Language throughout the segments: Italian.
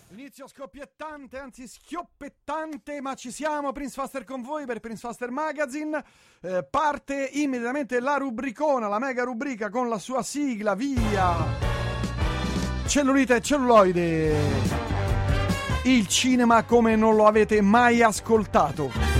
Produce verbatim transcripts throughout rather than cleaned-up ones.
Inizio scoppiettante, anzi schioppettante, ma ci siamo, Prince Faster con voi per Prince Faster Magazine. Eh, parte immediatamente la rubricona, la mega rubrica con la sua sigla, via! Cellulite e celluloide. Il cinema come non lo avete mai ascoltato.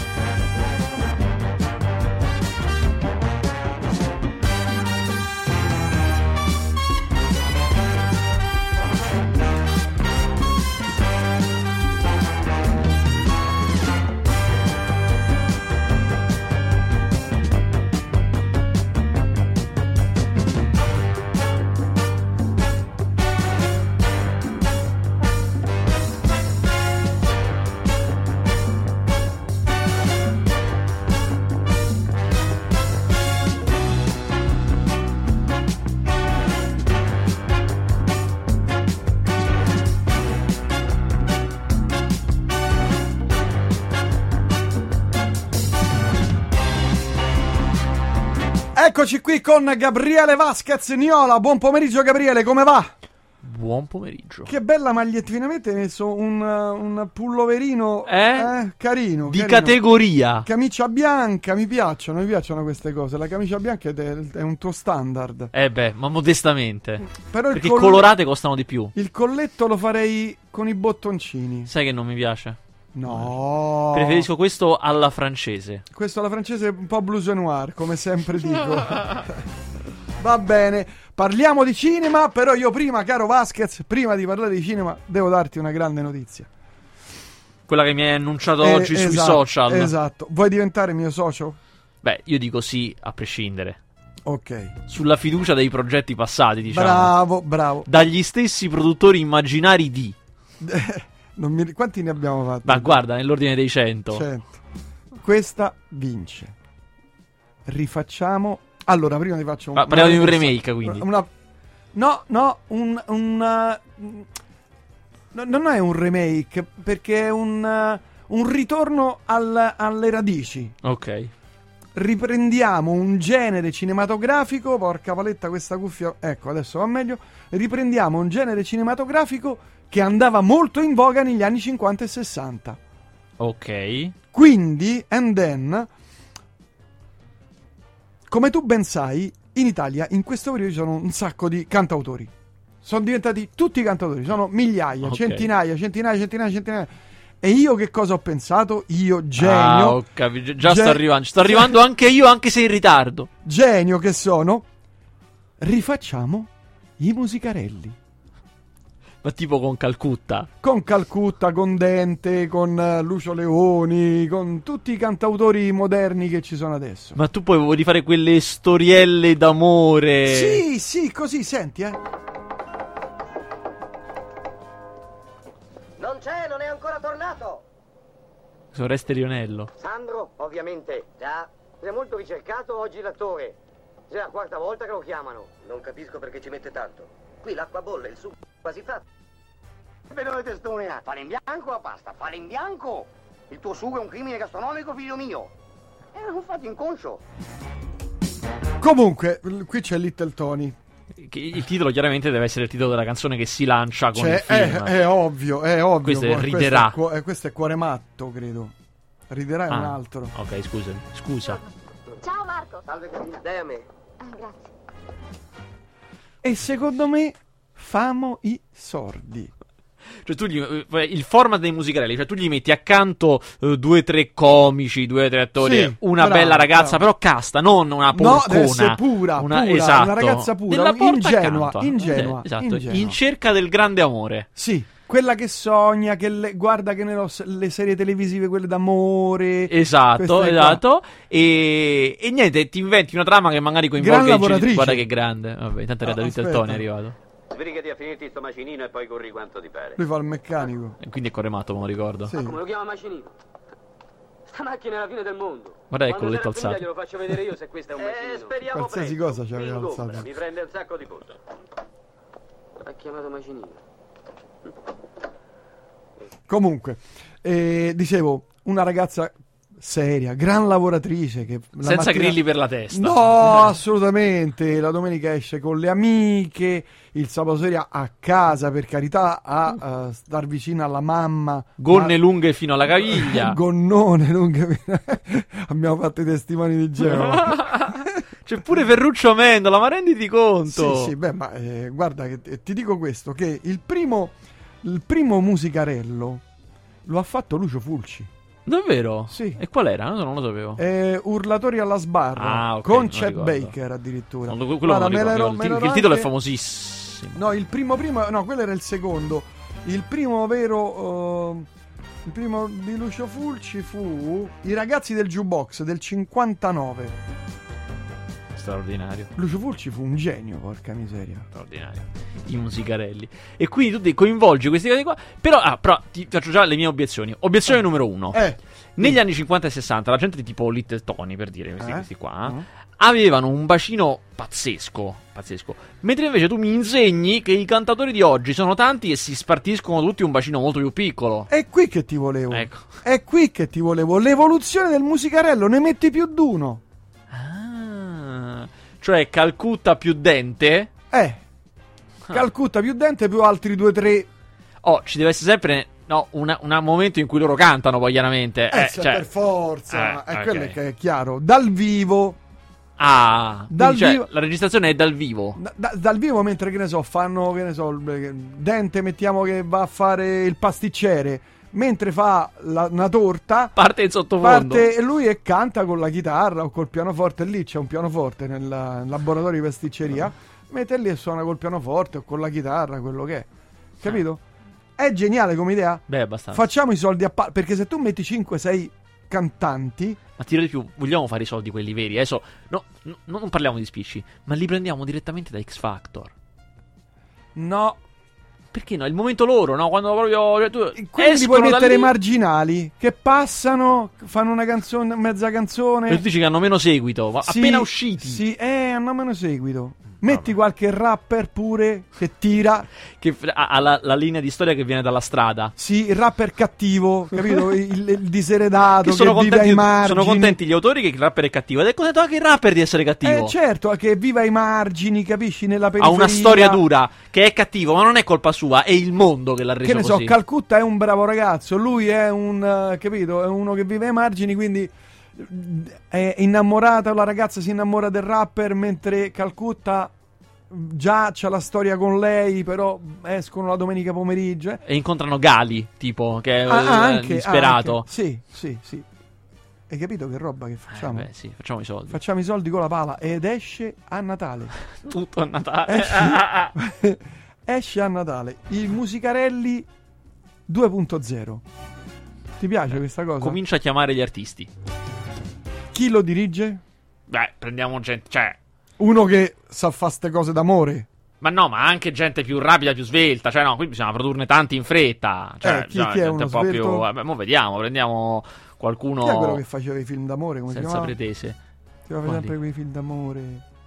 Eccoci qui con Gabriele Vasquez Niola. Buon pomeriggio Gabriele, come va? Buon pomeriggio. Che bella maglietta, finalmente hai messo un, un pulloverino eh? Eh, carino. Di carino. Categoria. Camicia bianca, mi piacciono, mi piacciono queste cose. La camicia bianca è, è un tuo standard. Eh beh, ma modestamente. Però perché il coll- colorate costano di più. Il colletto lo farei con i bottoncini. Sai che non mi piace? No, preferisco questo alla francese. Questo alla francese è un po' blues et noir, come sempre dico. Va bene, parliamo di cinema, però io prima, caro Vasquez, prima di parlare di cinema, devo darti una grande notizia. Quella che mi hai annunciato eh, oggi esatto, sui social. Esatto, vuoi diventare mio socio? Beh, io dico sì, a prescindere. Ok. Sulla fiducia dei progetti passati, diciamo. Bravo, bravo. Dagli stessi produttori immaginari di... Non mi... Quanti ne abbiamo fatti? Ma guarda, nell'ordine dei cento. cento. Questa vince. Rifacciamo. Allora, prima ti faccio un. Ma parliamo di un remake, quindi. Una... No, no, un. un uh... no, non è un remake, perché è un, uh, un ritorno al, alle radici. Ok. Riprendiamo un genere cinematografico. Porca paletta, questa cuffia. Ecco, adesso va meglio. Riprendiamo un genere cinematografico che andava molto in voga negli anni cinquanta e sessanta. Ok. Quindi, and then, come tu ben sai, in Italia in questo periodo ci sono un sacco di cantautori. Sono diventati tutti cantautori, sono migliaia, okay. centinaia, centinaia, centinaia, centinaia. E io che cosa ho pensato? Io, genio. Ah, ho capito. Già gen- sto arrivando. Sto arrivando anche io, anche se in ritardo. Genio che sono. Rifacciamo i musicarelli. Ma tipo con Calcutta? Con Calcutta, con Dente, con uh, Lucio Leoni, con tutti i cantautori moderni che ci sono adesso. Ma tu poi vuoi rifare quelle storielle d'amore? Sì, sì, così, senti, eh. Non c'è, non è ancora tornato. Soreste Rionello. Sandro, ovviamente. Già. È molto ricercato oggi l'attore. È la quarta volta che lo chiamano. Non capisco perché ci mette tanto. Qui l'acqua bolle, il sugo quasi fatto. Vedo testone, fare in bianco la pasta, fare in bianco. Il tuo sugo è un crimine gastronomico, figlio mio. Era un fatto inconscio. Comunque, qui c'è Little Tony. Il titolo chiaramente deve essere il titolo della canzone che si lancia con cioè, il film. È, è ovvio, è ovvio. Questo è questo Riderà. È, cu- eh, questo è Cuore Matto, credo. Riderà è ah, un altro. Ok, scusa. Scusa. Ciao Marco. Salve Carina, dai a me. Ah, grazie. E secondo me famo i sordi. Cioè tu gli, il format dei musicarelli, cioè tu gli metti accanto uh, due tre comici, due tre attori, sì, una bravo, bella ragazza, bravo. però casta, non una porcona. No, deve essere pura, una, pura, esatto, una ragazza pura, della porta ingenua, accanto. ingenua, Eh, esatto, ingenua. in cerca del grande amore. Sì, quella che sogna, che le, guarda che ne so, le serie televisive, quelle d'amore. Esatto, queste esatto. E, e niente, ti inventi una trama che magari coinvolga Gran lavoratrice. Guarda che grande. Vabbè, intanto era No, da Little aspetta. Tony è arrivato. Sbrigati a finirti sto macinino e poi corri quanto ti pare. Lui fa il meccanico. E quindi è Coremato, me lo ricordo. Sì. Come lo chiama macinino? Sta macchina è la fine del mondo. Guarda che Quando colletto sarà finita alzato. glielo faccio vedere io se questo è un macinino. Eh, speriamo Qualsiasi presto. cosa ci aveva Mi ingombra, alzato. Mi prende un sacco di voto. Ha chiamato macinino. Comunque, eh, dicevo, una ragazza seria, gran lavoratrice. Che la Senza mattina... grilli per la testa. No, assolutamente. La domenica esce con le amiche, il sabato sera a casa, per carità, a uh, star vicino alla mamma. Gonne ma... lunghe fino alla caviglia. Gonnone lunghe. Abbiamo fatto i testimoni di Geova. C'è pure Ferruccio Amendola, ma renditi conto. Sì, sì, beh, ma eh, guarda che eh, ti dico questo, che il primo, il primo musicarello lo ha fatto Lucio Fulci. Davvero? Sì. E qual era? No, non lo sapevo. Eh, Urlatori alla sbarra, Ah, ok, con non Chet ricordo. Baker addirittura. Non lo- quello Guarda, non me ricordo. l'ero- Il, me ti- l'ero il titolo anche- è famosissimo. No, il primo primo, no, quello era il secondo. Il primo vero, uh, il primo di Lucio Fulci fu I ragazzi del jukebox del cinquantanove. Straordinario. Lucio Fulci fu un genio, porca miseria. Straordinario. I musicarelli. E quindi tu ti coinvolgi questi cose qua. Però, ah, però ti faccio già le mie obiezioni. Obiezione numero uno. Eh, Negli anni cinquanta e sessanta la gente di tipo Little Tony, per dire questi, Eh? questi qua, Mm. avevano un bacino pazzesco, pazzesco. Mentre invece tu mi insegni che i cantatori di oggi sono tanti e si spartiscono tutti un bacino molto più piccolo. è qui che ti volevo. Ecco. È qui che ti volevo. L'evoluzione del musicarello, ne metti più d'uno. Ah, cioè Calcutta più dente. Eh. Calcutta più dente più altri due tre. Oh, ci deve essere sempre no, una- un momento in cui loro cantano, poi chiaramente. Eh, Eh, se cioè- per forza. Eh, è ok. quello che è chiaro. Dal vivo. Ah, Dal quindi, cioè, vivo- la registrazione è dal vivo. Da- da- dal vivo, mentre che ne so, fanno, che ne so, il dente, mettiamo che va a fare il pasticcere, mentre fa la- una torta, Parte il sottofondo. parte e lui e canta con la chitarra o col pianoforte. Lì c'è un pianoforte nel, nel laboratorio di pasticceria, mette lì e suona col pianoforte o con la chitarra, quello che è. Capito? È geniale come idea. Beh, abbastanza. Facciamo i soldi a parte, perché se tu metti cinque sei cantanti, Ma tiro di più, vogliamo fare i soldi quelli veri? Adesso no, no, non parliamo di spicci, ma li prendiamo direttamente da X Factor. no, Perché no? È il momento loro, no? Quando proprio. Cioè, tu quindi puoi escono da mettere lì, marginali che passano, fanno una canzone, mezza canzone. e tu dici che hanno meno seguito, ma Sì, appena usciti. Sì, eh, hanno meno seguito. Metti qualche rapper pure che tira. Che f- ha, ha la, la linea di storia che viene dalla strada. Sì, il rapper cattivo, capito? Il, il diseredato Che che, sono vive contenti, ai margini. sono contenti gli autori che il rapper è cattivo. Ed è contento anche il rapper di essere cattivo. Eh, certo, che vive ai margini, capisci? Nella Ha periferia. una storia dura, che è cattivo, ma non è colpa sua, è il mondo che l'ha reso Che ne so, così. Calcutta è un bravo ragazzo, lui è un, eh, capito? È uno che vive ai margini, quindi eh, è innamorata, la ragazza si innamora del rapper, mentre Calcutta già c'ha la storia con lei, però escono la domenica pomeriggio. eh. E incontrano Gali, tipo, che è Ah, eh, anche, disperato. anche. Sì, sì, sì. Hai capito che roba che facciamo? Eh, beh, sì, facciamo i soldi. Facciamo i soldi con la pala ed esce a Natale. Tutto a Natale. Esce, Ah, ah, ah. esce a Natale. I musicarelli due punto zero. Ti piace questa cosa? Comincia a chiamare gli artisti. Chi lo dirige? Beh, prendiamo gente. Cioè. Uno che sa fare ste cose d'amore. Ma no, ma anche gente più rapida, più svelta. Cioè, no, qui bisogna produrne tanti in fretta. Cioè, Eh, chi- bisogna chi è gente uno un po' svelto? più. Vabbè, mo vediamo, prendiamo qualcuno. Chi è quello che faceva i film d'amore? Come si senza chiamava? pretese. Faceva Quali? sempre quei film d'amore.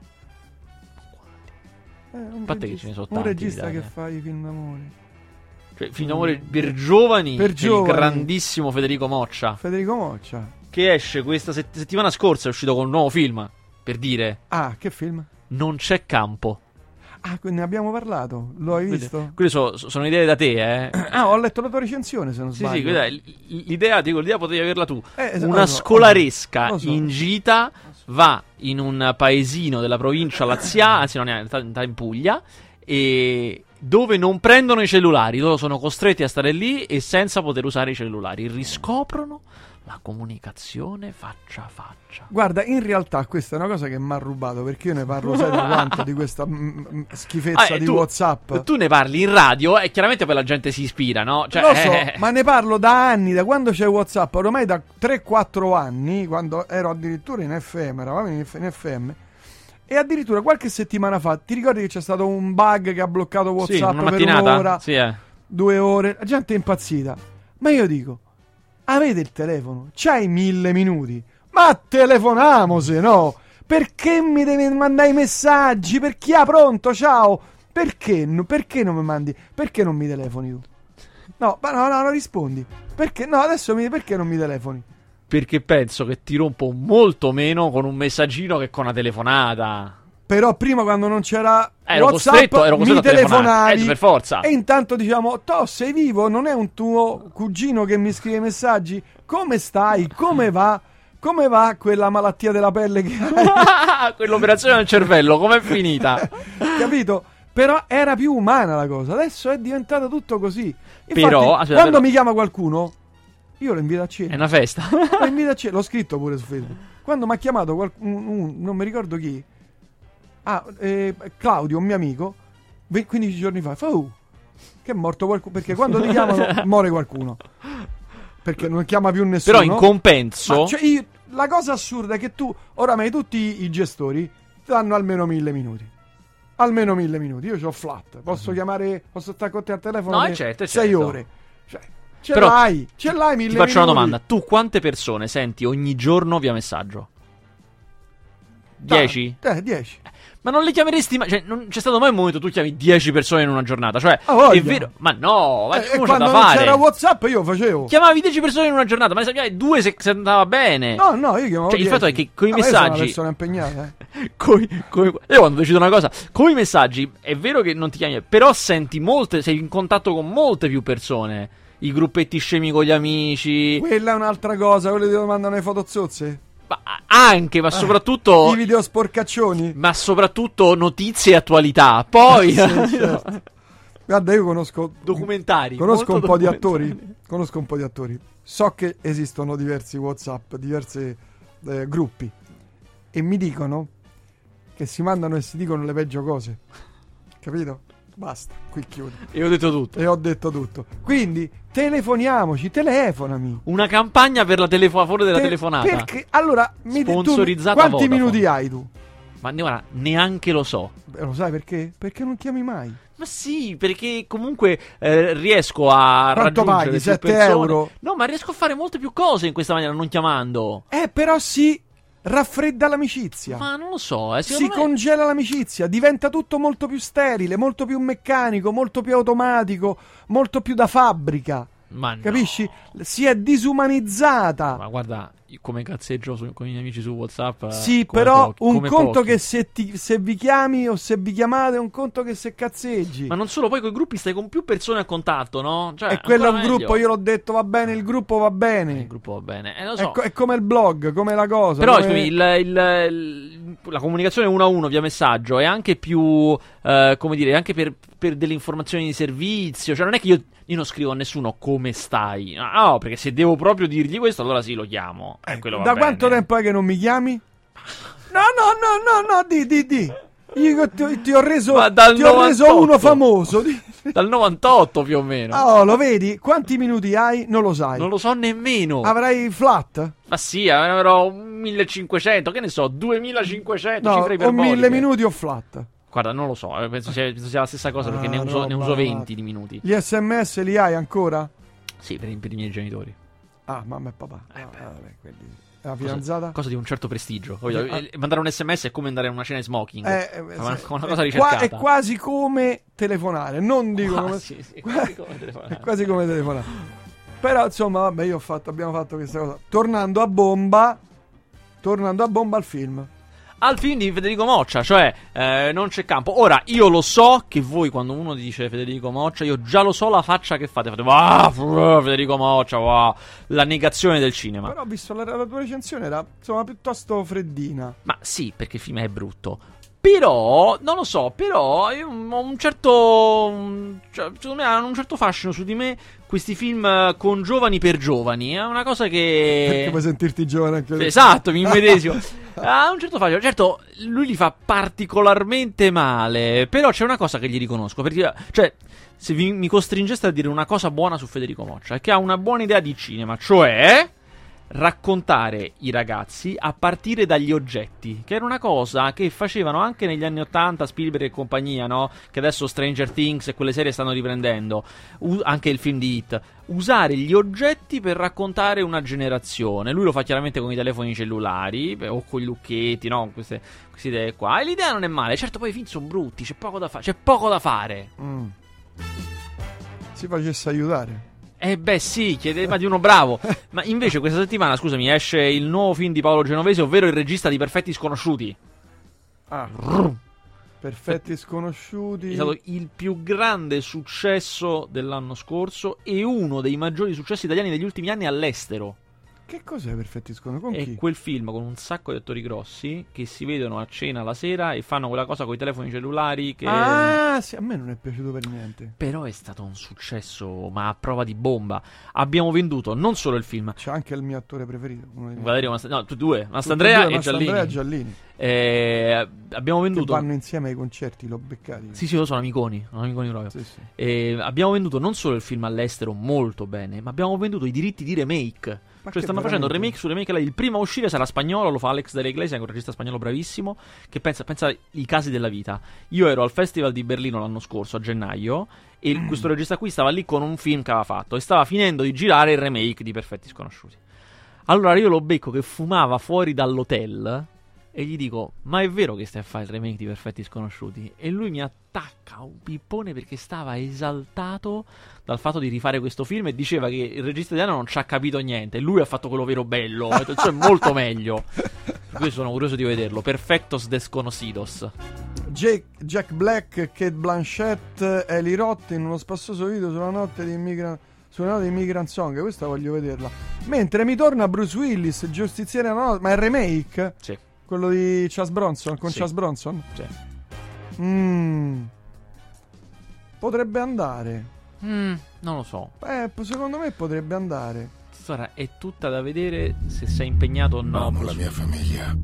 Eh, un A parte che regista, ce ne sono un tanti in regista che Italia. fa i film d'amore. Cioè, film d'amore per giovani. Per c'è giovani. Il grandissimo Federico Moccia. Federico Moccia. Che esce questa set- settimana scorsa. È uscito con un nuovo film. Per dire, Ah, che film? non c'è campo. Ah, quindi ne abbiamo parlato. Lo hai visto? Quelle so- sono idee da te, eh. Ah, ho letto la tua recensione, se non Sì, sbaglio. sì, quella- l- l'idea, dico, l'idea potevi averla tu. Eh, esatto, Una lo so, scolaresca lo so. in gita va in un paesino della provincia laziale, anzi non è in in Puglia, e dove non prendono i cellulari, loro sono costretti a stare lì e senza poter usare i cellulari. Riscoprono la comunicazione faccia a faccia. Guarda, in realtà questa è una cosa che mi ha rubato, perché io ne parlo sai da quanto di questa mm, mm, schifezza Ah, eh, di tu- WhatsApp. Tu ne parli in radio e chiaramente poi la gente si ispira, no? Cioè, Lo so, eh, ma ne parlo da anni, da quando c'è WhatsApp, ormai da tre quattro anni, quando ero addirittura in F M, eravamo in F- in F M. E addirittura qualche settimana fa, ti ricordi che c'è stato un bug che ha bloccato sì, WhatsApp una per mattinata. un'ora, Sì, eh. due ore, la gente è impazzita. Ma io dico, avete il telefono, c'hai mille minuti, ma telefoniamo se no. Perché mi devi mandare i messaggi? Per chi ha pronto, ciao. Perché, no- perché non mi mandi? Perché non mi telefoni tu? No, ma no, no, non rispondi. Perché? No, adesso mi, perché non mi telefoni? perché penso che ti rompo molto meno con un messaggino che con una telefonata. Però prima, quando non c'era ero WhatsApp, costretto, ero costretto mi a telefonare, telefonavi eh, per forza. e intanto diciamo: "To, sei vivo? Non è un tuo cugino che mi scrive messaggi? Come stai? Come va? Come va quella malattia della pelle che hai?" Quell'operazione al cervello, com'è finita? Capito? Però era più umana la cosa. Adesso è diventato tutto così. Infatti, Però, aspetta, quando però- mi chiama qualcuno, io lo invito a È cena. una festa. Lo invito a cena. L'ho scritto pure su Facebook. Quando mi ha chiamato qualcuno, non mi ricordo chi, ah, eh, Claudio, un mio amico, ve- quindici giorni fa, fa, "Oh, che è morto qualcuno", perché quando ti chiamano muore qualcuno, perché non chiama più nessuno. Però in compenso... Ma, cioè, io- la cosa assurda è che tu, oramai tutti i gestori danno almeno mille minuti. Almeno mille minuti. Io c'ho flat. Posso chiamare, posso stare con te al telefono No, per è certo, è sei certo. ore. Cioè, ce Però l'hai, ce l'hai mille Ti faccio una minuti. domanda. Tu quante persone senti ogni giorno via messaggio? dieci? Eh, dieci. Ma non le chiameresti mai? Cioè, non c'è stato mai un momento tu chiami dieci persone in una giornata? Cioè, Ah, voglia. è vero. Ma no, ma Eh, e come c'è quando da non fare? c'era WhatsApp io facevo. Chiamavi dieci persone in una giornata, ma ne sappiamo due se, se andava bene. No, no, io chiamavo Cioè, il dieci. fatto è che coi Ah, ma io sono una messaggi- persona impegnata, eh. Coi- coi- io quando decido una cosa, con i messaggi è vero che non ti chiami, però senti molte, sei in contatto con molte più persone. I gruppetti scemi con gli amici. Quella è un'altra cosa, quelli che mandano le foto zozze. Ma anche, ma soprattutto. I video sporcaccioni. Ma soprattutto notizie e attualità. Poi. Sì, certo. Guarda, io conosco Documentari. Conosco un molto po' di documentari. attori. Conosco un po' di attori. So che esistono diversi WhatsApp, diversi eh, gruppi. E mi dicono che si mandano e si dicono le peggio cose. Capito? Basta, qui chiudo. E ho detto tutto. E ho detto tutto. Quindi telefoniamoci, telefonami. Una campagna per la telefo- a favore della Te- telefonata. Perché allora mi tu- Sponsorizzata quanti Vodafone. minuti hai tu? Ma ne- guarda, neanche lo so. Beh, lo sai perché? Perché non chiami mai. Ma sì, perché comunque eh, riesco a Quanto raggiungere paghi? più sette persone. euro? No, ma riesco a fare molte più cose in questa maniera, non chiamando. Eh, però si raffredda l'amicizia. Ma non lo so, eh, Si secondo me... congela l'amicizia, diventa tutto molto più sterile, molto più meccanico, molto più automatico, molto più da fabbrica. Ma no. Capisci? Si è disumanizzata. Ma guarda, io come cazzeggio su- con i miei amici su WhatsApp. eh, Sì, come però pochi, un come conto pochi. che se, ti- se vi chiami o se vi chiamate, un conto che se cazzeggi. Ma non solo, poi con i gruppi stai con più persone a contatto, no? Cioè, E quello è un ancora meglio. gruppo, io l'ho detto, va bene, il gruppo va Eh, bene. Il gruppo va bene, eh, lo È, so. co- è come il blog, come la cosa. Però come- scusami, il- il- il- la comunicazione uno a uno via messaggio è anche più, eh, come dire, anche per, per delle informazioni di servizio. Cioè, non è che io, io non scrivo a nessuno come stai. Ah, no, perché se devo proprio dirgli questo, allora sì, lo chiamo. E Ecco, quello va da bene. quanto tempo è che non mi chiami? No, no, no, no, no, di, di, di. Io ti, ti ho reso, Ma dal ti ho reso novantotto. uno famoso. Di- Dal novantotto più o meno. Oh, lo vedi? Quanti minuti hai? Non lo sai. Non lo so nemmeno. Avrai flat? Ma sì, avrò un millecinquecento, che ne so, duemilacinquecento, No, cifre o iperboliche. mille minuti o flat. Guarda, non lo so, eh, penso sia, penso sia la stessa cosa perché Ah, ne, uso, ne roba uso male. venti di minuti. Gli sms li hai ancora? Sì, per, i- per i miei genitori. Ah, mamma e papà. Eh, Ah, beh. vabbè, quelli- La fidanzata? Cosa di un certo prestigio. Voglio- Ah. eh, Mandare un sms è come andare a una cena in smoking. Eh, eh, È una, sì. una cosa È ricercata. qua- è quasi come telefonare. Non dico Ah, come... sì, sì, è quasi come telefonare. È quasi come telefonare. Però insomma, vabbè, io ho fatto, abbiamo fatto questa cosa. Tornando a bomba, tornando a bomba al film. Al film di Federico Moccia, cioè eh, non c'è campo. Ora, io lo so che voi quando uno dice Federico Moccia, io già lo so la faccia che fate. Fate, ah, Federico Moccia, wow, la negazione del cinema. Però ho visto la, la tua recensione, era insomma piuttosto freddina. Ma sì, perché il film è brutto. Però, non lo so, però io ho un certo, un- cioè, secondo me hanno un certo fascino su di me questi film eh, con giovani per giovani. È una cosa che... Perché puoi sentirti giovane anche te. Esatto, mi immedesimo. Ha un certo fascino. Certo, lui li fa particolarmente male. Però c'è una cosa che gli riconosco. Perché, cioè, se vi- mi costringeste a dire una cosa buona su Federico Moccia, è che ha una buona idea di cinema, cioè raccontare i ragazzi a partire dagli oggetti, che era una cosa che facevano anche negli anni ottanta Spielberg e compagnia, no? Che adesso Stranger Things e quelle serie stanno riprendendo, U- anche il film di Hit. Usare gli oggetti per raccontare una generazione. Lui lo fa chiaramente con i telefoni cellulari beh, o con i lucchetti, no? Queste, queste idee qua. E l'idea non è male. Certo, poi i film sono brutti, c'è poco da fare. C'è poco da fare. Mm. Si facesse aiutare. Eh beh sì, chiedeva di uno bravo. Ma invece questa settimana, scusami, esce il nuovo film di Paolo Genovese, ovvero il regista di Perfetti Sconosciuti. Ah, Perfetti Sconosciuti. È stato il più grande successo dell'anno scorso e uno dei maggiori successi italiani degli ultimi anni all'estero. Che cos'è Perfetti Sconosciuti? Con È chi? quel film con un sacco di attori grossi che si vedono a cena la sera e fanno quella cosa con i telefoni cellulari che... Ah, sì, a me non è piaciuto per niente. Però è stato un successo, ma a prova di bomba. Abbiamo venduto non solo il film, C'è anche il mio attore preferito, uno dei miei. Valerio Mast- no, tu due, Tutti Mastandrea e due, e Giallini. Mastandrea e Giallini. Eh, abbiamo Che venduto... vanno insieme ai concerti, l'ho beccati. Sì, sì, lo sono amiconi, sono amiconi proprio. Sì, sì. Eh, abbiamo venduto non solo il film all'estero molto bene, ma abbiamo venduto i diritti di remake. Ma Cioè che stanno facendo veramente? remake su remake. Il primo a uscire sarà spagnolo, lo fa Alex de la Iglesia, che è un regista spagnolo bravissimo, che pensa, pensa i casi della vita. Io ero al Festival di Berlino l'anno scorso, a gennaio, e Mm. questo regista qui stava lì con un film che aveva fatto e stava finendo di girare il remake di Perfetti Sconosciuti. Allora io lo becco che fumava fuori dall'hotel e gli dico: ma è vero che stai a fare il remake di Perfetti Sconosciuti? E lui mi attacca un pippone perché stava esaltato dal fatto di rifare questo film e diceva che il regista italiano non ci ha capito niente. Lui ha fatto quello vero bello, cioè molto meglio. Per cui sono curioso di vederlo. Perfectos Desconocidos. Jake, Jack Black, Kate Blanchett, Eli Roth in uno spassoso video sulla notte di Immigrant, sulla notte di Immigrant Song. Questa voglio vederla. Mentre mi torna Bruce Willis, Giustiziere della notte, ma è il remake? Sì. Quello di Charles Bronson, con Sì. Charles Bronson? Sì. Mm. Potrebbe andare. Mm, non lo so. Eh, secondo me potrebbe andare. Guarda, è tutta da vedere se sei impegnato o no. Amo la mia famiglia.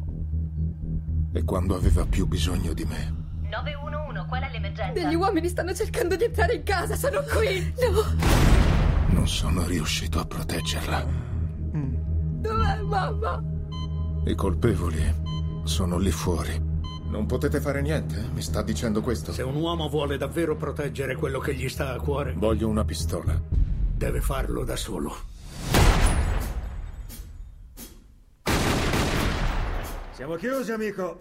E quando aveva più bisogno di me. nove uno uno, qual è l'emergenza? Degli uomini stanno cercando di entrare in casa, sono qui! No! Non sono riuscito a proteggerla. Mm. Dov'è mamma? I colpevoli sono lì fuori. Non potete fare niente? Mi sta dicendo questo? Se un uomo vuole davvero proteggere quello che gli sta a cuore, Voglio una pistola. deve farlo da solo. Siamo chiusi, amico.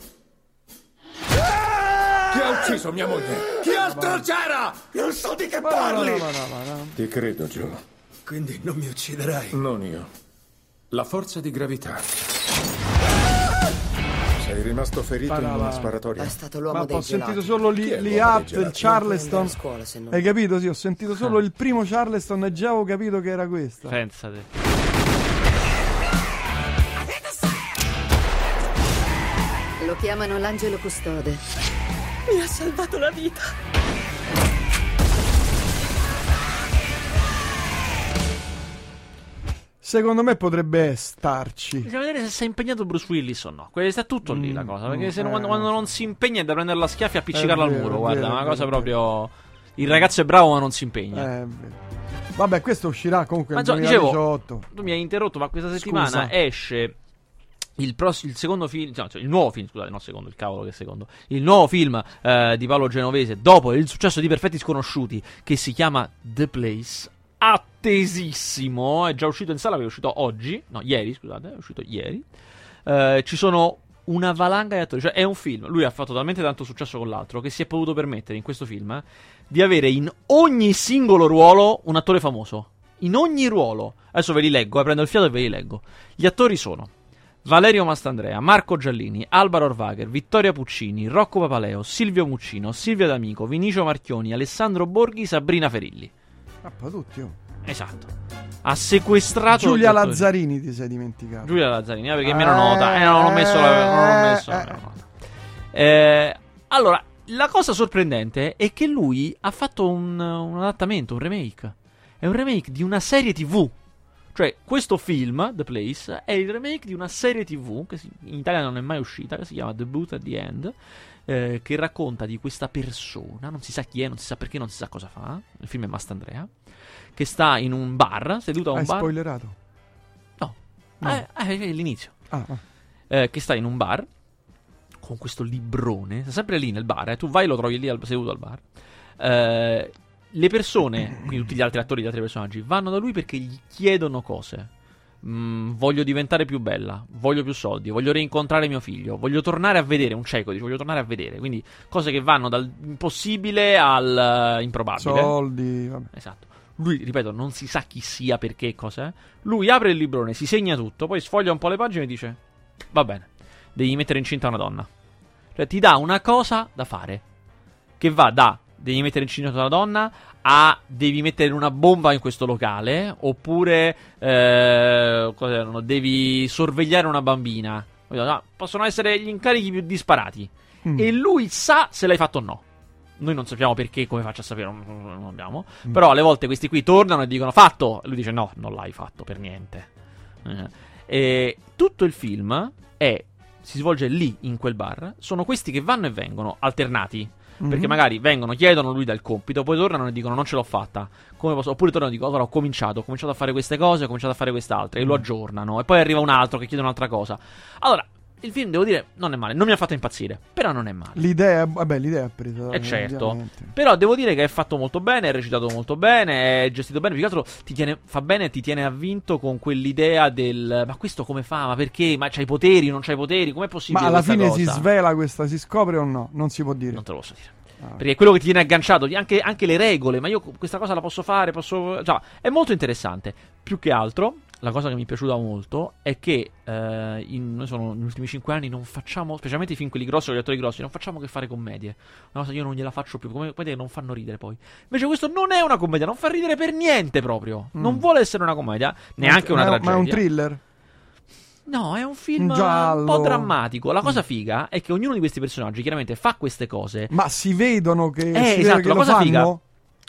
Chi ha ucciso mia moglie? Chi altro c'era? Non so di che Ma no, parli! no, no, no, no, no. Ti credo, Joe. Quindi non mi ucciderai. Non io. La forza di gravità. Sei rimasto ferito in una sparatoria? È stato l'uomo Ma dei ho sentito gelati. solo Chi lì, è lì l'uomo dei up, il gelati? Charleston. A scuola, se non- Hai capito? Sì, ho sentito solo il primo Charleston e già avevo capito che era questa. Pensate. Lo chiamano l'angelo custode. Mi ha salvato la vita. Secondo me potrebbe starci. Bisogna vedere se sei impegnato Bruce Willis o no. Que- Sta tutto lì Mm, la cosa. Perché mm, se no- eh, quando, quando non si impegna è da prendere la schiaffa e appiccicarla È al vero, muro. è Guarda, vero, è una è cosa vero, è proprio. Il ragazzo è bravo, ma non si impegna. Eh, è vero. Vabbè, questo uscirà comunque Ma nel insomma, dicevo, duemiladiciotto. tu mi hai interrotto, ma questa settimana Scusa. esce il, pross- il secondo film, no, cioè il nuovo film, scusate, no, secondo, il cavolo che è secondo, il nuovo film eh, di Paolo Genovese dopo il successo di Perfetti Sconosciuti, che si chiama The Place, attesissimo, è già uscito in sala, che è uscito oggi, no, ieri, scusate, è uscito ieri. Eh, ci sono una valanga di attori, cioè è un film, lui ha fatto talmente tanto successo con l'altro che si è potuto permettere in questo film eh, di avere in ogni singolo ruolo un attore famoso. In ogni ruolo. Adesso ve li leggo, eh, prendo il fiato e ve li leggo. Gli attori sono Valerio Mastandrea, Marco Giallini, Alvaro Orvacher, Vittoria Puccini, Rocco Papaleo, Silvio Muccino, Silvia D'Amico, Vinicio Marchioni, Alessandro Borghi, Sabrina Ferilli. Ah, poi tutti, oh. Esatto. Ha sequestrato Giulia gli attori. Lazzarini ti sei dimenticato. Giulia Lazzarini, eh, perché è meno nota. Eh, non ho messo la, non ho messo la Eh, meno nota. Eh, allora, la cosa sorprendente è che lui ha fatto un, un adattamento, un remake. È un remake di una serie tivù. Cioè, questo film, The Place, è il remake di una serie tivù che si- in Italia non è mai uscita, che si chiama The Booth at the End, eh, che racconta di questa persona, non si sa chi è, non si sa perché, non si sa cosa fa. Il film è Mastandrea, che sta in un bar, seduto a un Hai bar. spoilerato? No, No. Eh, eh, è l'inizio. Ah, ah. Eh, che sta in un bar con questo librone, sta sempre lì nel bar, eh, tu vai e lo trovi lì al, seduto al bar. Eh, le persone, quindi tutti gli altri attori, gli altri personaggi, vanno da lui perché gli chiedono cose. Mm, voglio diventare più bella, voglio più soldi, voglio rincontrare mio figlio, voglio tornare a vedere, un cieco dice, voglio tornare a vedere, quindi cose che vanno dal impossibile al uh, improbabile. Soldi, vabbè. Esatto. Lui, ripeto, non si sa chi sia, perché, cosa è. Lui apre il librone, si segna tutto, poi sfoglia un po' le pagine e dice: va bene, devi mettere incinta una donna. Cioè ti dà una cosa da fare, che va da devi mettere incinta una donna a devi mettere una bomba in questo locale, oppure eh, cosa erano? Devi sorvegliare una bambina. No, possono essere gli incarichi più disparati. Mm. E lui sa se l'hai fatto o no. Noi non sappiamo perché, come faccia a sapere, non, non abbiamo. Mm. Però alle volte questi qui tornano e dicono fatto. E lui dice no, non l'hai fatto per niente. Eh. E tutto il film è si svolge lì, in quel bar. Sono questi che vanno e vengono, alternati. Mm-hmm. Perché magari vengono, chiedono, lui dà il compito, poi tornano e dicono non ce l'ho fatta. Come posso? Oppure tornano e dicono allora ho cominciato, ho cominciato a fare queste cose, ho cominciato a fare quest'altre. Mm. E lo aggiornano. E poi arriva un altro che chiede un'altra cosa. Allora, il film, devo dire, non è male. Non mi ha fatto impazzire, però non è male. L'idea, vabbè, l'idea è presa. Eh certo. Però devo dire che è fatto molto bene, è recitato molto bene, è gestito bene. Più che altro ti tiene, fa bene, ti tiene avvinto con quell'idea del ma questo come fa? Ma perché? Ma c'hai i poteri, non c'hai i poteri? Com'è possibile? Ma alla fine cosa? si svela questa, si scopre o no? Non si può dire. Non te lo posso dire. Ah. Perché è quello che ti tiene agganciato, anche, anche le regole. Ma io questa cosa la posso fare, posso... Cioè, è molto interessante. Più che altro, la cosa che mi è piaciuta molto è che eh, in, noi sono negli ultimi cinque anni non facciamo, specialmente i film quelli grossi con gli attori grossi, non facciamo che fare commedie. Una cosa io non gliela faccio più, come commedie che non fanno ridere poi. Invece questo non è una commedia, non fa ridere per niente proprio. Mm. Non vuole essere una commedia, neanche ma, una ma, tragedia. Ma è un thriller? No, è un film un, un po' drammatico. La cosa figa è che ognuno di questi personaggi chiaramente fa queste cose. Ma si vedono che, eh, si esatto, che la lo cosa fanno? Figa.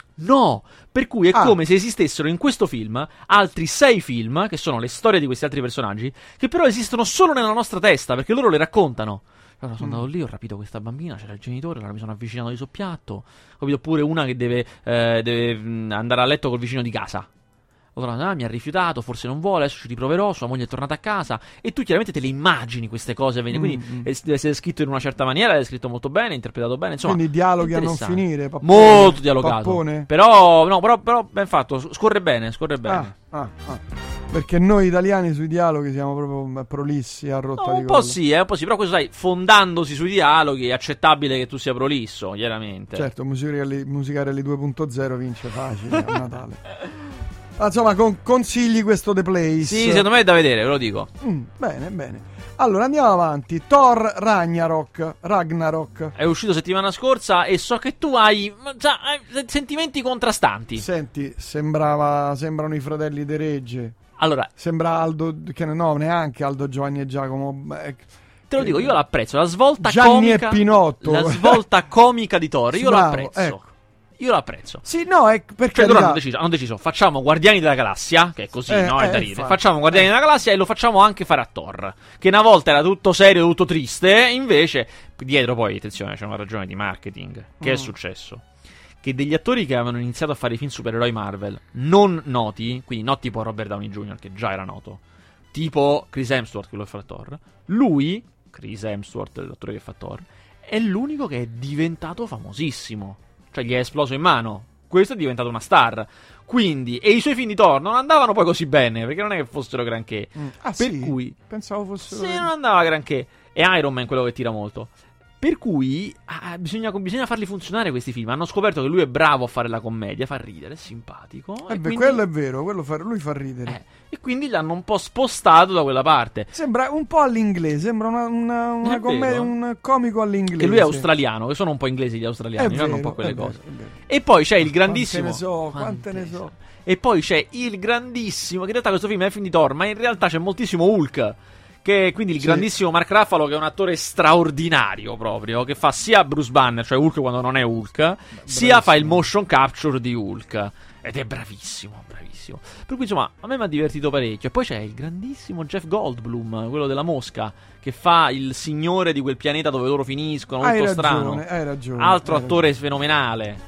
No, per cui è ah. come se esistessero in questo film altri sei film, che sono le storie di questi altri personaggi, che però esistono solo nella nostra testa, perché loro le raccontano. Allora sono mm. andato lì, ho rapito questa bambina, c'era il genitore, allora mi sono avvicinato di soppiatto. Ho capito pure una che deve, eh, deve mh, andare a letto col vicino di casa. Allora, ah, mi ha rifiutato, forse non vuole, adesso ci riproverò, sua moglie è tornata a casa. E tu chiaramente te le immagini queste cose, mm, quindi mm. è, deve essere scritto in una certa maniera, è scritto molto bene, interpretato bene, insomma. Quindi dialoghi a non finire, pappone. Molto dialogato. Pappone. Però, no, però, però ben fatto, scorre bene, scorre bene. Ah, ah, ah. Perché noi italiani sui dialoghi siamo proprio prolissi a rotta no, di un collo. po' sì, eh, un po' sì, però questo sai, fondandosi sui dialoghi è accettabile che tu sia prolisso, chiaramente. Certo, musicare, musicare le due punto zero vince facile a Natale. Insomma, con, consigli questo The Place? Sì, secondo me è da vedere, ve lo dico. Mm, bene, bene. Allora, andiamo avanti. Thor Ragnarok. Ragnarok. È uscito settimana scorsa e so che tu hai, già, hai sentimenti contrastanti. Senti, sembrava, sembrano i fratelli De Regge. Allora, sembra Aldo, che no, neanche Aldo, Giovanni e Giacomo. Beh, te lo dico, io l'apprezzo. La svolta Gianni comica. e Pinotto. La svolta comica di Thor, io Bravo, l'apprezzo. Ecco. Io l'apprezzo. Sì, no, è perché. Cioè, loro hanno deciso, hanno deciso, facciamo Guardiani della Galassia, che è così, eh, no? È eh, da ridere. infatti. Facciamo Guardiani eh. della Galassia e lo facciamo anche fare a Thor. Che una volta era tutto serio, tutto triste, invece, dietro poi, attenzione, c'è una ragione di marketing. Che mm. è successo? Che degli attori che avevano iniziato a fare i film supereroi Marvel, non noti, quindi non tipo Robert Downey junior, che già era noto, tipo Chris Hemsworth, quello che fa Thor, lui, Chris Hemsworth, l'attore che fa Thor, è l'unico che è diventato famosissimo. Cioè, gli è esploso in mano. Questo è diventato una star. Quindi, e i suoi film di Thor non andavano poi così bene, perché non è che fossero granché. Mm. Ah, per sì? cui Pensavo fossero. sì, non andava granché. E Iron Man quello che tira molto. Per cui ah, bisogna, bisogna farli funzionare questi film. Hanno scoperto che lui è bravo a fare la commedia, fa ridere, è simpatico. Eh e beh, quindi, quello è vero, quello fa, lui fa ridere. Eh, e quindi l'hanno un po' spostato da quella parte. Sembra un po' all'inglese, sembra una, una, una commedia, un comico all'inglese. Che lui è australiano, che sono un po' inglesi gli australiani, vero, hanno un po' quelle vero, cose. E poi c'è il grandissimo. Quante ne so, quante, quante ne so. E poi c'è il grandissimo, che in realtà questo film è un film di Thor, ma in realtà c'è moltissimo Hulk. Che quindi il sì. grandissimo Mark Ruffalo, che è un attore straordinario proprio, che fa sia Bruce Banner, cioè Hulk quando non è Hulk, bravissimo. Sia fa il motion capture di Hulk. Ed è bravissimo, bravissimo. Per cui insomma, a me mi ha divertito parecchio. E poi c'è il grandissimo Jeff Goldblum, quello della Mosca, che fa il signore di quel pianeta dove loro finiscono, hai molto ragione, strano. Hai ragione. Altro hai attore ragione. fenomenale.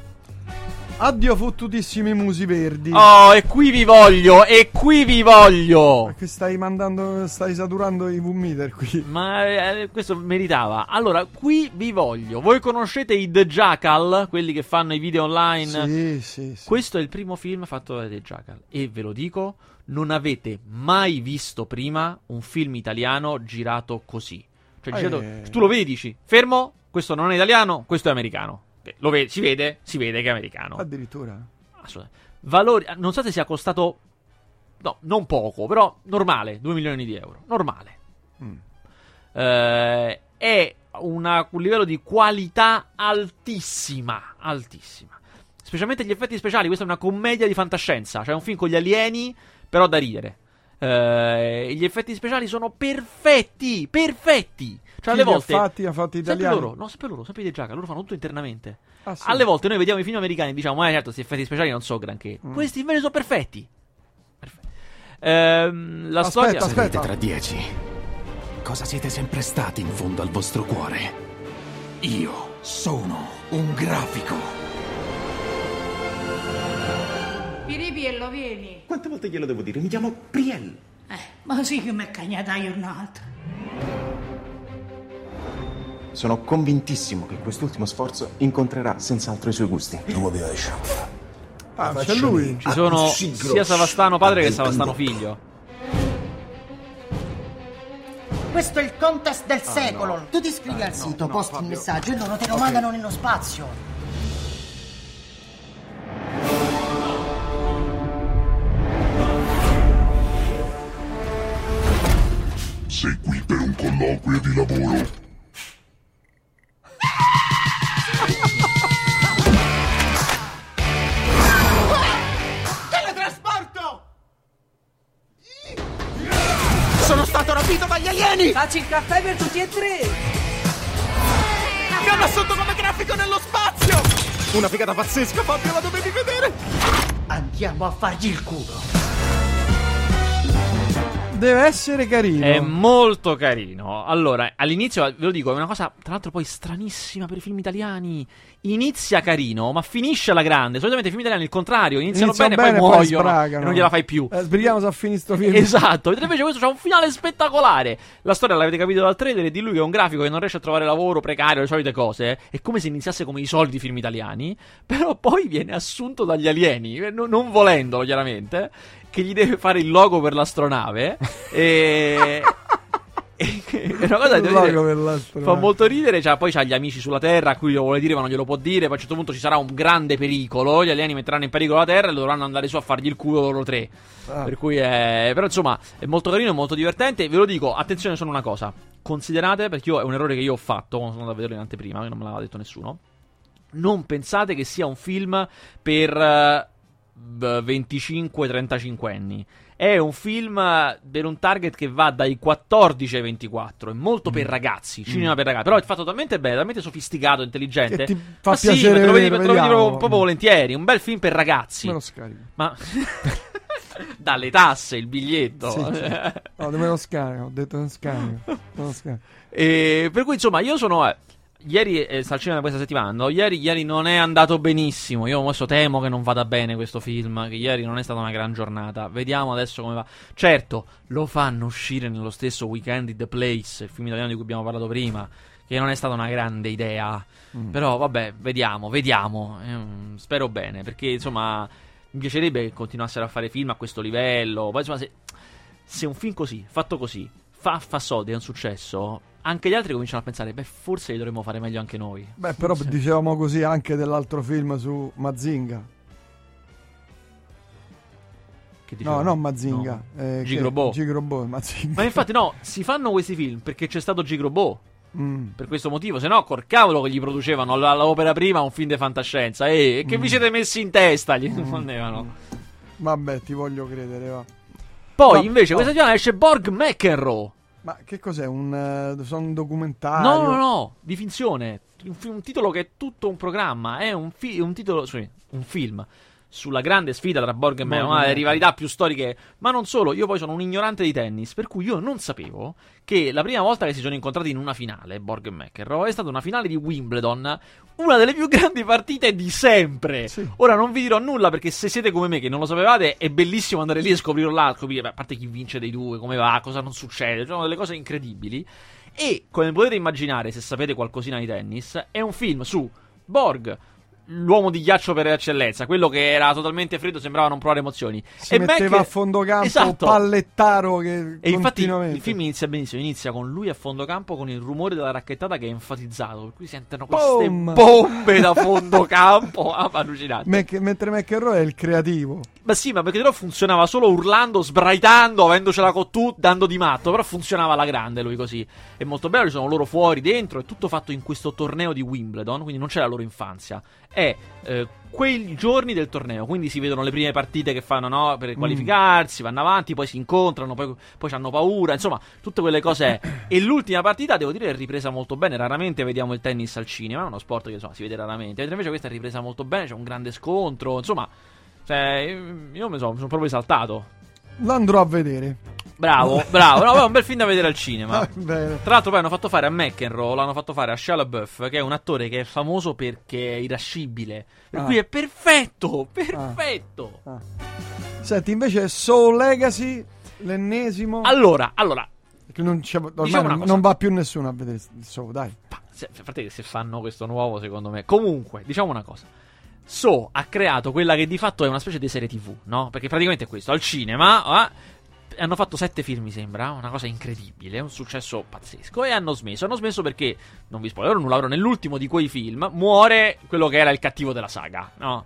Addio fottutissimi musi verdi. Oh, e qui vi voglio, e qui vi voglio. Perché stai mandando, stai saturando i V-meter qui. Ma eh, questo meritava. Allora, qui vi voglio. Voi conoscete i The Jackal, quelli che fanno i video online? Sì, sì, sì. Questo è il primo film fatto da The Jackal. E ve lo dico, non avete mai visto prima un film italiano girato così. Cioè, girato, eh. tu lo vedi, dici, fermo, questo non è italiano, questo è americano. Lo vede, si vede, si vede che è americano. Addirittura. Assolutamente. valori, non so se sia costato, no, non poco, però normale, due milioni di euro, normale. Mm. Eh, è una, un livello di qualità altissima, altissima. Specialmente gli effetti speciali, questa è una commedia di fantascienza, cioè un film con gli alieni, però da ridere. Eh, gli effetti speciali sono perfetti, perfetti. Cioè, alle volte, ha fatti, ha fatti italiani? Sempre loro, no, sempre loro, sempre di Giaca, loro fanno tutto internamente. Ah, sì. Alle volte noi vediamo i film americani e diciamo, eh certo, questi effetti speciali non so granché. Mm. Questi invece sono perfetti. Perfetti. Ehm, la aspetta, storia... aspetta. Sarete tra dieci. Cosa siete sempre stati in fondo al vostro cuore? Io sono un grafico. Piripiello, vieni. Quante volte glielo devo dire? Mi chiamo Priel. Eh, ma sì che mi è cagnata giornata. Sono convintissimo che quest'ultimo sforzo incontrerà senz'altro i suoi gusti. Ah, c'è lui. Ci sono sia Savastano padre che Savastano figlio. Questo è il contest del ah, secolo. No. Tu ti iscrivi Dai, al no, sito, no, posti Fabio. il messaggio e loro te lo Okay. mandano nello spazio. Sei qui per un colloquio di lavoro. Teletrasporto! Sono stato rapito dagli alieni! Facci il caffè per tutti e tre! Mi hanno assunto come grafico nello spazio! Una figata pazzesca, Fabio, la dovevi vedere! Andiamo a fargli il culo. Deve essere carino. È molto carino. Allora, all'inizio, ve lo dico, è una cosa, tra l'altro, poi stranissima per i film italiani. Inizia carino, ma finisce alla grande. Solitamente i film italiani il contrario, iniziano, Iniziano bene, bene, poi poi muoiono sbragano. e non gliela fai più. Eh, sbrighiamo se a finire sto film. Esatto, mentre invece questo c'ha un finale spettacolare. La storia l'avete capito dal trailer, è di lui che è un grafico che non riesce a trovare lavoro, precario, le solite cose. È come se iniziasse come i soliti film italiani, però poi viene assunto dagli alieni, non, non volendolo chiaramente, che gli deve fare il logo per l'astronave. E... è una cosa che devo dire, fa molto ridere. Cioè, poi c'ha gli amici sulla Terra a cui lo vuole dire ma non glielo può dire. Poi a un certo punto ci sarà un grande pericolo, gli alieni metteranno in pericolo la Terra e dovranno andare su a fargli il culo loro tre. ah. Per cui è... però insomma è molto carino, è molto divertente. Ve lo dico, attenzione solo una cosa, considerate, perché io, è un errore che io ho fatto quando sono andato a vederlo in anteprima, che non me l'aveva detto nessuno. Non pensate che sia un film per uh, venticinque trentacinque anni. È un film per un target che va dai quattordici ai ventiquattro. È molto mm. per ragazzi, cinema mm. per ragazzi. Però è fatto talmente bene, talmente sofisticato, intelligente. Che ti fa ma piacere sì, ma te lo vedi, vedere, te lo vedi proprio, proprio volentieri. Un bel film per ragazzi. Me lo scarico. Ma dalle tasse, il biglietto. Sì, certo. No, me lo scarico. Ho detto non scarico. Me lo scarico. E per cui insomma io sono... Eh, ieri eh, sta al cinema questa settimana. No? Ieri, ieri non è andato benissimo. Io adesso temo che non vada bene questo film. Che ieri non è stata una gran giornata. Vediamo adesso come va. Certo, lo fanno uscire nello stesso Weekend in the Place, il film italiano di cui abbiamo parlato prima. Che non è stata una grande idea. Mm. Però vabbè, vediamo, vediamo. Eh, spero bene. Perché insomma mi piacerebbe che continuassero a fare film a questo livello. Poi insomma se, se un film così, fatto così, fa, fa soldi, è un successo, anche gli altri cominciano a pensare, beh, forse li dovremmo fare meglio anche noi. Beh, però forse. Dicevamo così anche dell'altro film su Mazinga. Che no, non Mazinga. No. Eh, Gigrobot. Gigrobot, Mazinga. Ma infatti no, si fanno questi film perché c'è stato Gigrobot. Mm. Per questo motivo, se no, col cavolo che gli producevano all'opera prima un film di fantascienza. E che mm. vi siete messi in testa? Gli rispondevano. Mm. Vabbè, ti voglio credere, va. Poi, no, invece, no. questa settimana esce Borg McEnroe. Ma che cos'è? Un, uh, un documentario? No, no, no, di finzione. Un, un titolo che è tutto un programma. È un, fi- un titolo, cioè, un film sulla grande sfida tra Borg e me, una delle rivalità più storiche. Ma non solo, io poi sono un ignorante di tennis, per cui io non sapevo che la prima volta che si sono incontrati in una finale, Borg e McEnroe, è stata una finale di Wimbledon, una delle più grandi partite di sempre. Sì. Ora non vi dirò nulla, perché se siete come me che non lo sapevate, è bellissimo andare lì e scoprirlo là, scoprire, beh, a parte chi vince dei due, come va, cosa non succede, sono delle cose incredibili. E come potete immaginare, se sapete qualcosina di tennis, è un film su Borg, l'uomo di ghiaccio per eccellenza, quello che era totalmente freddo, sembrava non provare emozioni. Si e metteva Mac... a fondocampo, esatto. pallettaro che e infatti il film inizia benissimo, inizia con lui a fondocampo con il rumore della racchettata che è enfatizzato, per cui sentono queste Boom! bombe da fondocampo. Ah, allucinante. Mac- mentre McEnroe è il creativo. Ma sì, ma perché però funzionava solo urlando, sbraitando, avendocela con tu, dando di matto. Però funzionava alla grande lui così. È molto bello, ci sono loro fuori, dentro. È tutto fatto in questo torneo di Wimbledon, quindi non c'è la loro infanzia. È eh, quei giorni del torneo, quindi si vedono le prime partite che fanno, no, per qualificarsi, mm. vanno avanti, poi si incontrano, poi, poi hanno paura, insomma, tutte quelle cose. E l'ultima partita, devo dire, è ripresa molto bene. Raramente vediamo il tennis al cinema, è uno sport che insomma si vede raramente. Mentre invece questa è ripresa molto bene, c'è un grande scontro, insomma. Cioè, io mi sono, sono proprio esaltato. L'andrò a vedere. Bravo, bravo. No, è un bel film da vedere al cinema. Bene. Tra l'altro poi hanno fatto fare a McEnroe, l'hanno fatto fare a Shia LaBeouf, che è un attore che è famoso perché è irascibile. Per ah. cui è perfetto, perfetto. Ah. Ah. Senti, invece Soul Legacy, l'ennesimo. Allora, allora. Non, ormai diciamo non, non va più nessuno a vedere il Soul, dai. Se, fratelli, se fanno questo nuovo, secondo me. Comunque, diciamo una cosa. So ha creato quella che di fatto è una specie di serie tivù, no? Perché praticamente è questo, al cinema eh, hanno fatto sette film, mi sembra, una cosa incredibile, un successo pazzesco, e hanno smesso. Hanno smesso perché, non vi spoilerò nulla, però nell'ultimo di quei film muore quello che era il cattivo della saga, no?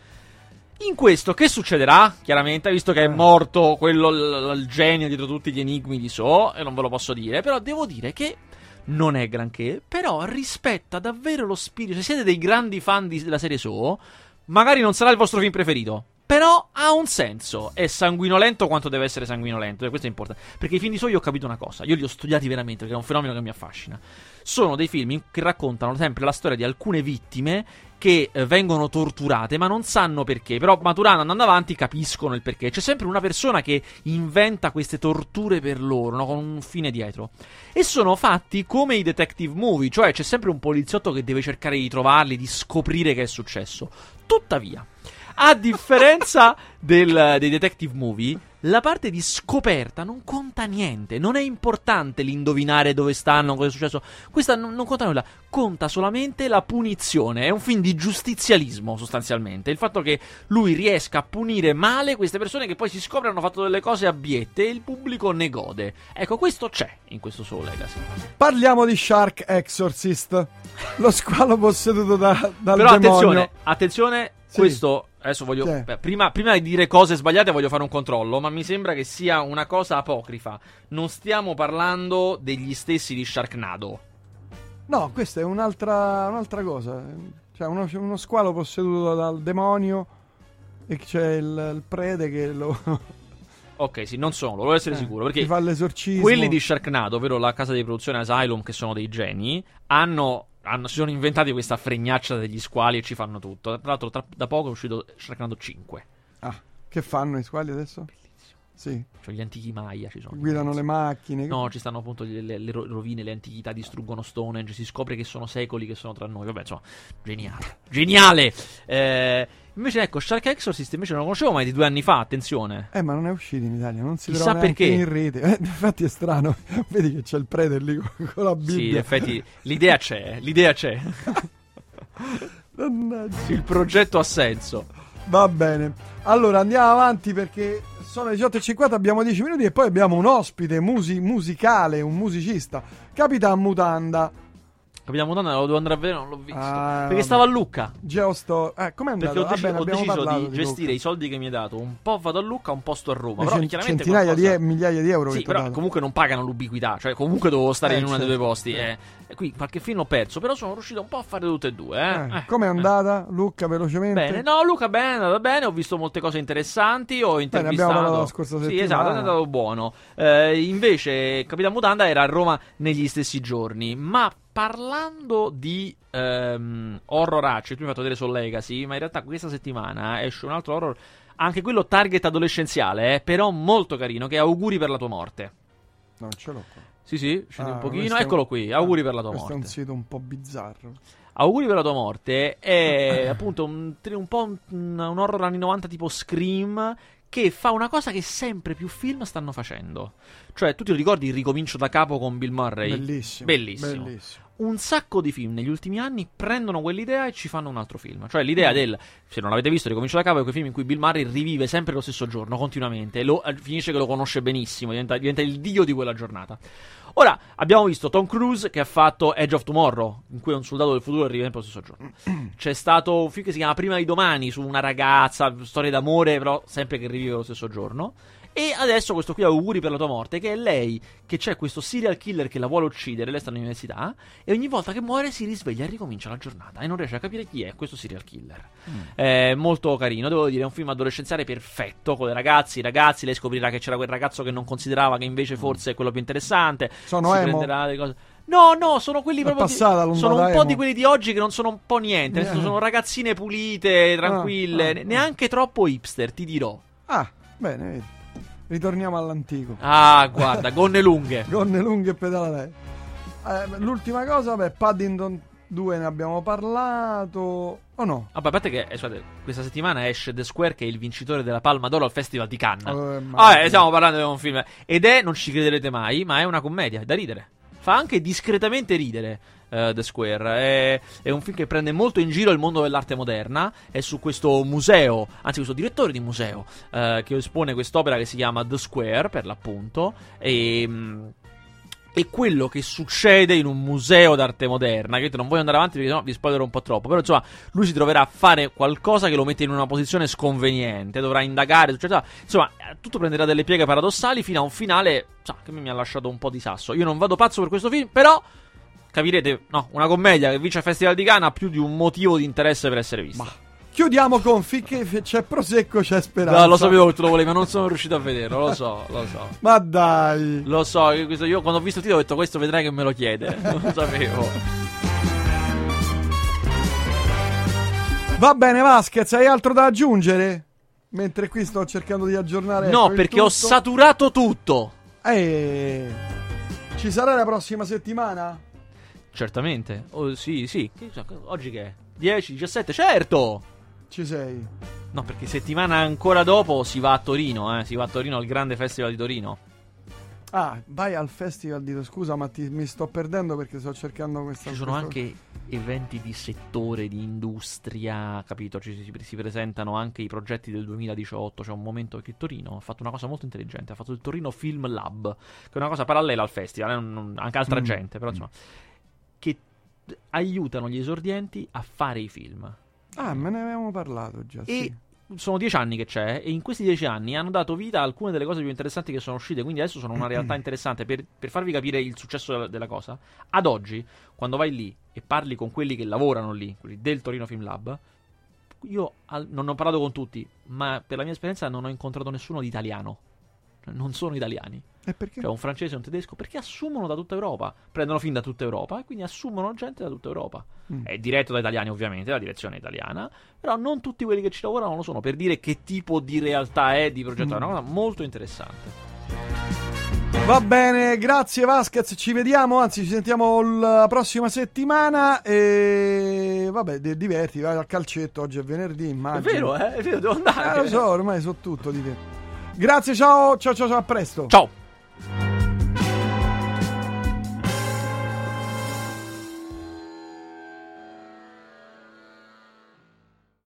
In questo che succederà? Chiaramente, visto che è morto quello, l- il genio dietro tutti gli enigmi di So, e non ve lo posso dire, però devo dire che non è granché, però rispetta davvero lo spirito. Se siete dei grandi fan di, della serie So, magari non sarà il vostro film preferito, però ha un senso. È sanguinolento quanto deve essere sanguinolento, e questo è importante. Perché i film di So io ho capito una cosa, io li ho studiati veramente, perché è un fenomeno che mi affascina. Sono dei film che raccontano sempre la storia di alcune vittime che eh, vengono torturate, ma non sanno perché. Però maturando, andando avanti, capiscono il perché. C'è sempre una persona che inventa queste torture per loro, no? Con un fine dietro. E sono fatti come i detective movie, cioè c'è sempre un poliziotto che deve cercare di trovarli, di scoprire che è successo. Tuttavia, a differenza del, dei detective movie, la parte di scoperta non conta niente. Non è importante l'indovinare dove stanno, cosa è successo. Questa non, non conta nulla. Conta solamente la punizione. È un film di giustizialismo, sostanzialmente. Il fatto che lui riesca a punire male queste persone che poi si scopre hanno fatto delle cose abbiette e il pubblico ne gode. Ecco, questo c'è in questo Soul Legacy. Parliamo di Shark Exorcist, lo squalo posseduto da, dal Però demonio. attenzione, attenzione, sì. Questo... Adesso voglio. Sì. Beh, prima, prima di dire cose sbagliate, voglio fare un controllo. Ma mi sembra che sia una cosa apocrifa. Non stiamo parlando degli stessi di Sharknado. No, questa è un'altra, un'altra cosa. Cioè, uno, uno squalo posseduto dal demonio e c'è il, il prete che lo. Ok, sì, non sono, volevo essere eh, sicuro. Perché fa l'esorcismo. Quelli di Sharknado, ovvero la casa di produzione Asylum, che sono dei geni, hanno. Hanno, si sono inventati questa fregnaccia degli squali e ci fanno tutto. Tra l'altro, tra, da poco è uscito Sharknado cinque. Ah, che fanno i squali adesso? Bellissimo. Sì. Cioè, gli antichi Maya ci sono. Guidano le macchine. No, ci stanno appunto le, le, le rovine, le antichità, distruggono Stonehenge. Si scopre che sono secoli che sono tra noi. Vabbè, insomma, geniale. Geniale! Eh, invece, ecco, Shark Exorcist invece non lo conoscevo, ma è di due anni fa, attenzione. Eh, ma non è uscito in Italia, non si Chissà trova neanche perché. in rete. Eh, infatti è strano. Vedi che c'è il prete lì con, con la Bibbia. Sì, in effetti l'idea c'è, l'idea c'è. Il progetto ha senso. Va bene. Allora, andiamo avanti perché sono le diciotto e cinquanta, abbiamo dieci minuti e poi abbiamo un ospite musi- musicale, un musicista, Capitan Mutanda. Capitan Mutanda lo devo andare a vedere, non l'ho visto. Ah, perché vabbè. stavo a Lucca. Geosto, eh, com'è andato? Perché ho, dec- Vabbè, ho abbiamo deciso parlato di gestire Lucca. i soldi che mi hai dato. Un po' vado a Lucca, un po' sto a Roma. Eh, Però cent- chiaramente centinaia qualcosa... di e- migliaia di euro. Sì, che però dato. comunque non pagano l'ubiquità. Cioè, comunque dovevo stare eh, in uno certo. dei due posti. Eh. E qui qualche film ho perso. Però sono riuscito un po' a fare tutte e due. Eh. Eh, Eh. com'è andata, Lucca, velocemente? Bene, no, Luca, bene, è andata bene. Ho visto molte cose interessanti. Ho intervistato. abbiamo parlato la scorsa Sì, settimana. esatto, è andato buono. Eh, invece, Capitan Mutanda era a Roma negli stessi giorni. Ma parlando di ehm, horroracci, tu mi hai fatto vedere Soul Legacy, ma in realtà questa settimana esce un altro horror, anche quello target adolescenziale, eh, però molto carino, che è Auguri per la tua morte. Non ce l'ho qua. Sì, sì, scendi Ah, un pochino, questo è eccolo un- qui, Auguri ah, per la tua questo morte. è un sito un po' bizzarro. Auguri per la tua morte è appunto un, un po' un, un horror anni novanta tipo Scream, che fa una cosa che sempre più film stanno facendo. Cioè, tu ti ricordi il ricomincio da capo con Bill Murray? Bellissimo. Bellissimo. Bellissimo. Un sacco di film negli ultimi anni prendono quell'idea e ci fanno un altro film. Cioè l'idea del, se non l'avete visto, ricomincio da capo, è quel film in cui Bill Murray rivive sempre lo stesso giorno, continuamente, e lo, finisce che lo conosce benissimo, diventa, diventa il dio di quella giornata. Ora, abbiamo visto Tom Cruise che ha fatto Edge of Tomorrow, in cui un soldato del futuro arriva sempre lo stesso giorno. C'è stato un film che si chiama Prima di domani, su una ragazza, storia d'amore, però sempre che rivive lo stesso giorno. E adesso questo qui, Auguri per la tua morte, che è lei, che c'è questo serial killer che la vuole uccidere, lei sta all'università, e ogni volta che muore si risveglia e ricomincia la giornata, e non riesce a capire chi è questo serial killer. Mm. È molto carino, devo dire, è un film adolescenziale perfetto, con le ragazze, i ragazzi, lei scoprirà che c'era quel ragazzo che non considerava, che invece forse è quello più interessante. Sono si emo? prenderà le cose... No, no, sono quelli proprio di, sono un emo. po' di quelli di oggi che non sono un po' niente, nel senso, sono ragazzine pulite, tranquille, ah, ah, neanche ah. troppo hipster, ti dirò. Ah, bene, vedi. Ritorniamo all'antico. Ah, guarda, gonne lunghe. Gonne lunghe e pedala lei. Eh, l'ultima cosa, beh, Paddington due ne abbiamo parlato. O oh no? Vabbè, a parte che eh, scusate, questa settimana esce The Square, che è il vincitore della Palma d'Oro al Festival di Cannes. Oh, ah, eh, stiamo parlando di un film. Ed è, non ci crederete mai, ma è una commedia, è da ridere. Fa anche discretamente ridere. Uh, The Square è, è un film che prende molto in giro il mondo dell'arte moderna. È su questo museo, anzi questo direttore di museo, uh, che espone quest'opera che si chiama The Square, per l'appunto. E um, e quello che succede in un museo d'arte moderna, che non voglio andare avanti perché sennò vi spoilerò un po' troppo, però insomma lui si troverà a fare qualcosa che lo mette in una posizione sconveniente, dovrà indagare, eccetera. Insomma, tutto prenderà delle pieghe paradossali fino a un finale, sa, che mi ha lasciato un po' di sasso. Io non vado pazzo per questo film, però capirete, no, una commedia che vince il Festival di Cannes ha più di un motivo di interesse per essere vista. Ma chiudiamo con finché c'è prosecco, c'è speranza. No, lo sapevo che tu lo volevi, ma non sono riuscito a vederlo, lo so, lo so. Ma dai. Lo so, io quando ho visto il titolo ho detto questo vedrai che me lo chiede, non lo sapevo. Va bene, Vasquez, hai altro da aggiungere? Mentre qui sto cercando di aggiornare. No, perché tutto. ho saturato tutto. Eh, ci sarà la prossima settimana? Certamente. Oh, sì, sì. Oggi che è? dieci, diciassette, certo! Ci sei. No, perché settimana ancora dopo si va a Torino, eh. Si va a Torino al grande festival di Torino. Ah, vai al festival di... Scusa, ma ti, mi sto perdendo perché sto cercando questa... Ci sono questa... anche eventi di settore, di industria, capito? Ci si, si presentano anche i progetti del duemiladiciotto. C'è un momento che Torino ha fatto una cosa molto intelligente. Ha fatto il Torino Film Lab, che è una cosa parallela al festival, eh? non, anche altra mm. gente, però insomma... Che aiutano gli esordienti a fare i film. Ah, me ne avevamo parlato già. E sì. Sono dieci anni che c'è, e in questi dieci anni hanno dato vita a alcune delle cose più interessanti che sono uscite. Quindi adesso sono una realtà interessante. Per, per farvi capire il successo della, della cosa, ad oggi, quando vai lì e parli con quelli che lavorano lì, quelli del Torino Film Lab, io al, non ho parlato con tutti, ma per la mia esperienza non ho incontrato nessuno di italiano. Non sono italiani. E perché? Cioè un francese e un tedesco, perché assumono da tutta Europa, prendono film da tutta Europa e quindi assumono gente da tutta Europa. Mm. È diretto da italiani, ovviamente, la direzione è italiana, però non tutti quelli che ci lavorano lo sono, per dire che tipo di realtà è di progetto. Mm. È una cosa molto interessante. Va bene, grazie Vasquez, ci vediamo, anzi ci sentiamo la prossima settimana e vabbè, diverti, vai al calcetto, oggi è venerdì, immagino. È vero, eh? È vero, devo andare. Eh, lo so, ormai so tutto di te. Grazie, ciao, ciao, ciao, ciao, a presto. Ciao.